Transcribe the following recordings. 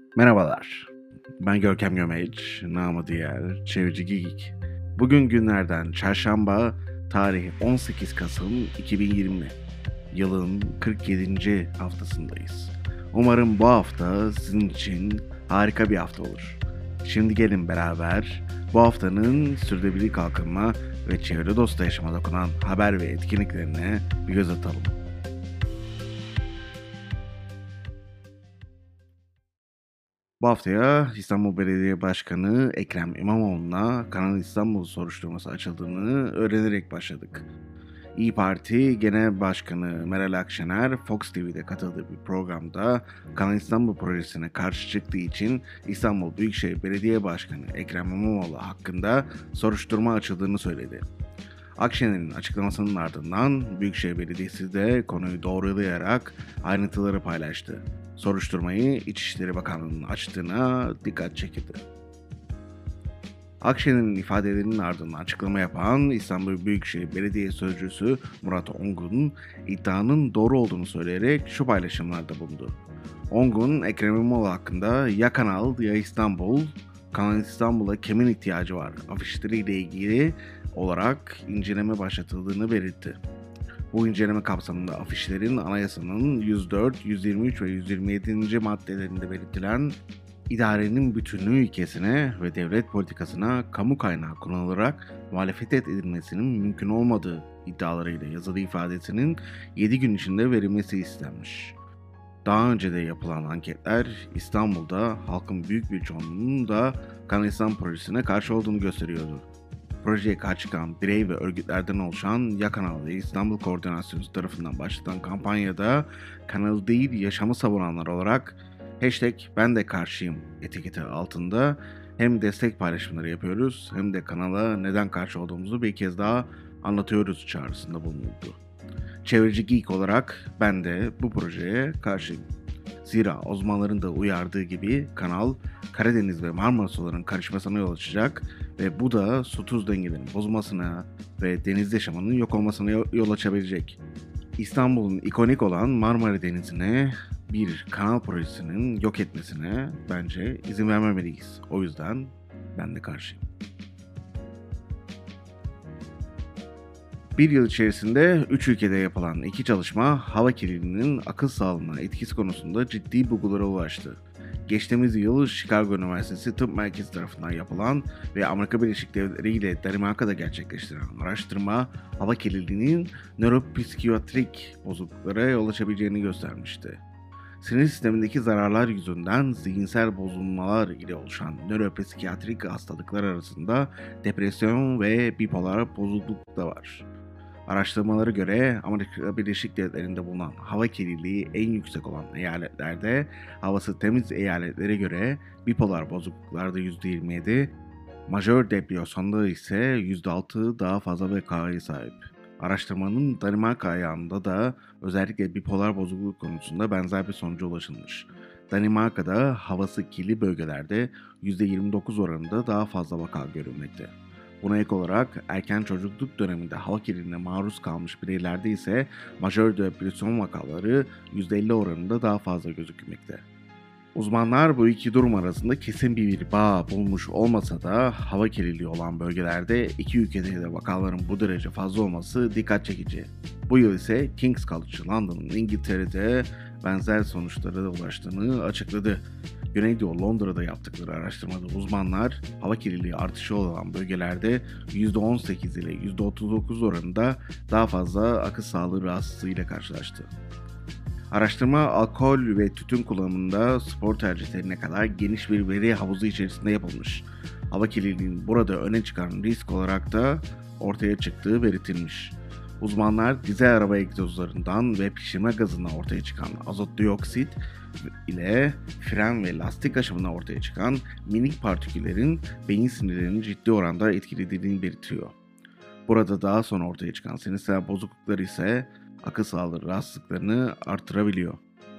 Merhabalar, ben Görkem Gömeç, namı diğer Çevreci Geek. Bugün günlerden çarşamba, tarih 18 Kasım 2020. Yılın 47. haftasındayız. Umarım bu hafta sizin için harika bir hafta olur. Şimdi gelin beraber bu haftanın sürdürülebilir kalkınma ve çevre dostu yaşama dokunan haber ve etkinliklerine bir göz atalım. Bu haftaya İstanbul Belediye Başkanı Ekrem İmamoğlu'na Kanal İstanbul soruşturması açıldığını öğrenerek başladık. İYİ Parti Genel Başkanı Meral Akşener, Fox TV'de katıldığı bir programda Kanal İstanbul projesine karşı çıktığı için İstanbul Büyükşehir Belediye Başkanı Ekrem İmamoğlu hakkında soruşturma açıldığını söyledi. Akşener'in açıklamasının ardından Büyükşehir Belediyesi de konuyu doğrulayarak ayrıntıları paylaştı. Soruşturmayı İçişleri Bakanlığı'nın açtığına dikkat çekildi. Akşener'in ifadelerinin ardından açıklama yapan İstanbul Büyükşehir Belediye Sözcüsü Murat Ongun, iddianın doğru olduğunu söyleyerek şu paylaşımlarda bulundu. Ongun, Ekrem İmamoğlu hakkında ya Kanal ya İstanbul, Kanal İstanbul'a kimin ihtiyacı var afişleriyle ilgili olarak inceleme başlatıldığını belirtti. Bu inceleme kapsamında afişlerin anayasanın 104, 123 ve 127. maddelerinde belirtilen idarenin bütünlüğü ilkesine ve devlet politikasına kamu kaynağı kullanılarak muhalefet edilmesinin mümkün olmadığı iddialarıyla yazılı ifadesinin 7 gün içinde verilmesi istenmiş. Daha önce de yapılan anketler İstanbul'da halkın büyük bir çoğunluğunun da Kanal İstanbul projesine karşı olduğunu gösteriyordu. Projeye karşı çıkan birey ve örgütlerden oluşan Ya Kanal ve İstanbul Koordinasyonu tarafından başlatılan kampanyada kanalı değil yaşamı savunanlar olarak #ben de karşıyım etiketi altında hem destek paylaşımları yapıyoruz hem de kanala neden karşı olduğumuzu bir kez daha anlatıyoruz çağrısında bulunuldu. Çevreci Geek olarak ben de bu projeye karşıyım. Zira uzmanların da uyardığı gibi kanal Karadeniz ve Marmara sularının karışmasına yol açacak ve bu da su tuz dengelerinin bozulmasına ve deniz yaşamının yok olmasına yol açabilecek. İstanbul'un ikonik olan Marmara Denizi'ne bir kanal projesinin yok etmesine bence izin vermemeliyiz. O yüzden ben de karşıyım. Bir yıl içerisinde 3 ülkede yapılan 2 çalışma hava kirliliğinin akıl sağlığına etkisi konusunda ciddi bulgulara ulaştı. Geçtiğimiz yıl Chicago Üniversitesi Tıp Merkezi tarafından yapılan ve Amerika Birleşik Devletleri ile Danimarka'da gerçekleştirilen araştırma hava kirliliğinin nöropsikiyatrik bozukluklara yol açabileceğini göstermişti. Sinir sistemindeki zararlar yüzünden zihinsel bozulmalar ile oluşan nöropsikiyatrik hastalıklar arasında depresyon ve bipolar bozukluk da var. Araştırmalara göre Amerika Birleşik Devletleri'nde bulunan hava kirliliği en yüksek olan eyaletlerde havası temiz eyaletlere göre bipolar bozukluklarda %27, majör depresyonda ise %6 daha fazla vakaya sahip. Araştırmanın Danimarka ayağında da özellikle bipolar bozukluk konusunda benzer bir sonuca ulaşılmış. Danimarka'da havası kirli bölgelerde %29 oranında daha fazla vaka görülmekte. Buna ek olarak erken çocukluk döneminde hava kirliliğine maruz kalmış bireylerde ise majör depresyon vakaları %50 oranında daha fazla gözükmekte. Uzmanlar bu iki durum arasında kesin bir bağ bulmuş olmasa da hava kirliliği olan bölgelerde iki ülkede de vakaların bu derece fazla olması dikkat çekici. Bu yıl ise King's College London'ın İngiltere'de benzer sonuçlara da ulaştığını açıkladı. Güneydoğu Londra'da yaptıkları araştırmada uzmanlar hava kirliliği artışı olan bölgelerde %18 ile %39 oranında daha fazla akıl sağlığı rahatsızlığıyla karşılaştı. Araştırma alkol ve tütün kullanımında spor tercihlerine kadar geniş bir veri havuzu içerisinde yapılmış. Hava kirliliğinin burada öne çıkan risk olarak da ortaya çıktığı belirtilmiş. Uzmanlar dizel araba egzozlarından ve pişirme gazından ortaya çıkan azot dioksit ile fren ve lastik aşımından ortaya çıkan minik partiküllerin beyin sinirlerini ciddi oranda etkilediğini belirtiyor. Burada daha sonra ortaya çıkan sinirsel bozukluklar ise akıl sağlığı rahatsızlıklarını artırabiliyor.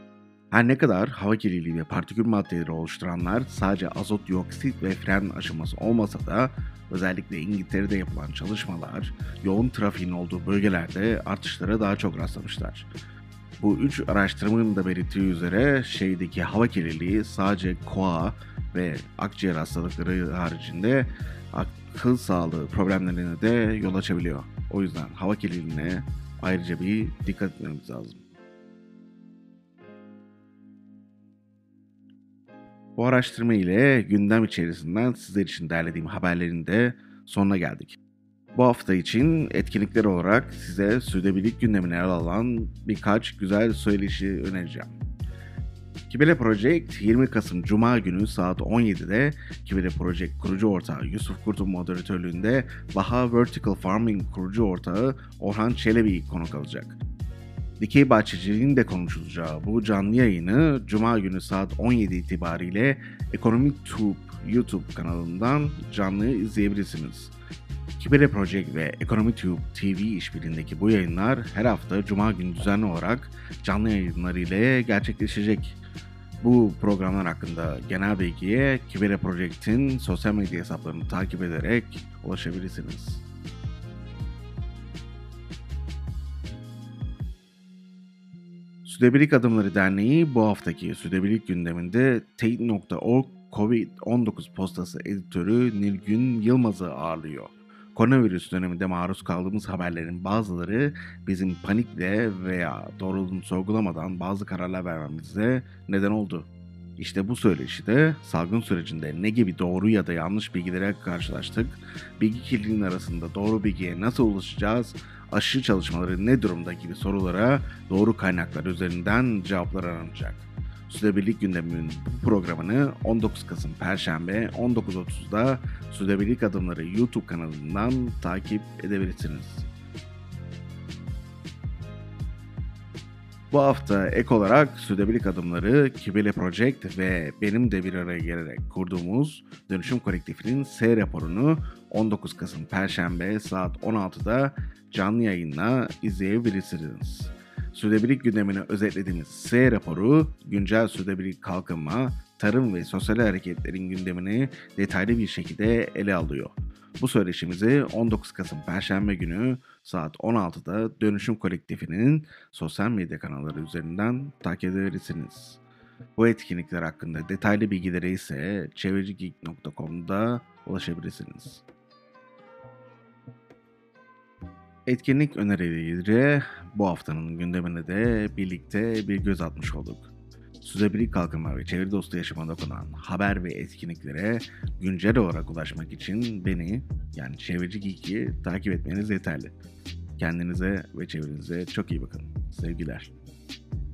Her ne kadar hava kirliliği ve partikül maddeleri oluşturanlar sadece azot dioksit ve fren aşıması olmasa da özellikle İngiltere'de yapılan çalışmalar yoğun trafiğin olduğu bölgelerde artışlara daha çok rastlamışlar. Bu üç araştırmanın da belirttiği üzere şehirdeki hava kirliliği sadece koa ve akciğer hastalıkları haricinde akıl sağlığı problemlerine de yol açabiliyor. O yüzden hava kirliliğine ayrıca bir dikkat etmemiz lazım. Bu araştırma ile gündem içerisinden sizler için derlediğim haberlerin de sonuna geldik. Bu hafta için etkinlikler olarak size sürdürülebilirlik gündemine yer alan birkaç güzel söyleşi önereceğim. Kibele Project 20 Kasım Cuma günü saat 17'de Kibele Project kurucu ortağı Yusuf Kurt'un moderatörlüğünde Baha Vertical Farming kurucu ortağı Orhan Çelebi konuk alacak. Dikey bahçeciliğin de konuşulacağı bu canlı yayını Cuma günü saat 17 itibariyle Ekonomik Tube YouTube kanalından canlı izleyebilirsiniz. Kibele Project ve Ekonomi Tube TV işbirliğindeki bu yayınlar her hafta Cuma günü düzenli olarak canlı yayınlar ile gerçekleşecek. Bu programlar hakkında genel bilgiye Kibele Project'in sosyal medya hesaplarını takip ederek ulaşabilirsiniz. Sürdürülebilirlik Adımları Derneği bu haftaki sürdürülebilirlik gündeminde Teyit.org COVID-19 postası editörü Nilgün Yılmaz'ı ağırlıyor. Koronavirüs döneminde maruz kaldığımız haberlerin bazıları bizim panikle veya doğruluğunu sorgulamadan bazı kararlar vermemize neden oldu. İşte bu söyleşide salgın sürecinde ne gibi doğru ya da yanlış bilgilere karşılaştık, bilgi kirliliğinin arasında doğru bilgiye nasıl ulaşacağız, aşı çalışmaları ne durumda gibi sorulara doğru kaynaklar üzerinden cevaplar aranacak. Sürdürülebilirlik gündeminin bu programını 19 Kasım Perşembe 19.30'da Sürdürülebilirlik Adımları YouTube kanalından takip edebilirsiniz. Bu hafta ek olarak Sürdürülebilirlik Adımları, Kibele Project ve benim de bir araya gelerek kurduğumuz Dönüşüm Kolektifinin S raporunu 19 Kasım Perşembe saat 16'da canlı yayınla izleyebilirsiniz. Sürdürülebilirlik gündemini özetlediğimiz S raporu, güncel sürdürülebilirlik kalkınma, tarım ve sosyal hareketlerin gündemini detaylı bir şekilde ele alıyor. Bu söyleşimizi 19 Kasım Perşembe günü saat 16'da Dönüşüm Kolektifinin sosyal medya kanalları üzerinden takip edebilirsiniz. Bu etkinlikler hakkında detaylı bilgilere ise çevrecigeek.com'da ulaşabilirsiniz. Etkinlik önerileri bu haftanın gündemine de birlikte bir göz atmış olduk. Sürdürülebilirlik kalkınma ve çevre dostu yaşama dokunan haber ve etkinliklere güncel olarak ulaşmak için beni, yani Çevreci Geek'i takip etmeniz yeterli. Kendinize ve çevrenize çok iyi bakın. Sevgiler.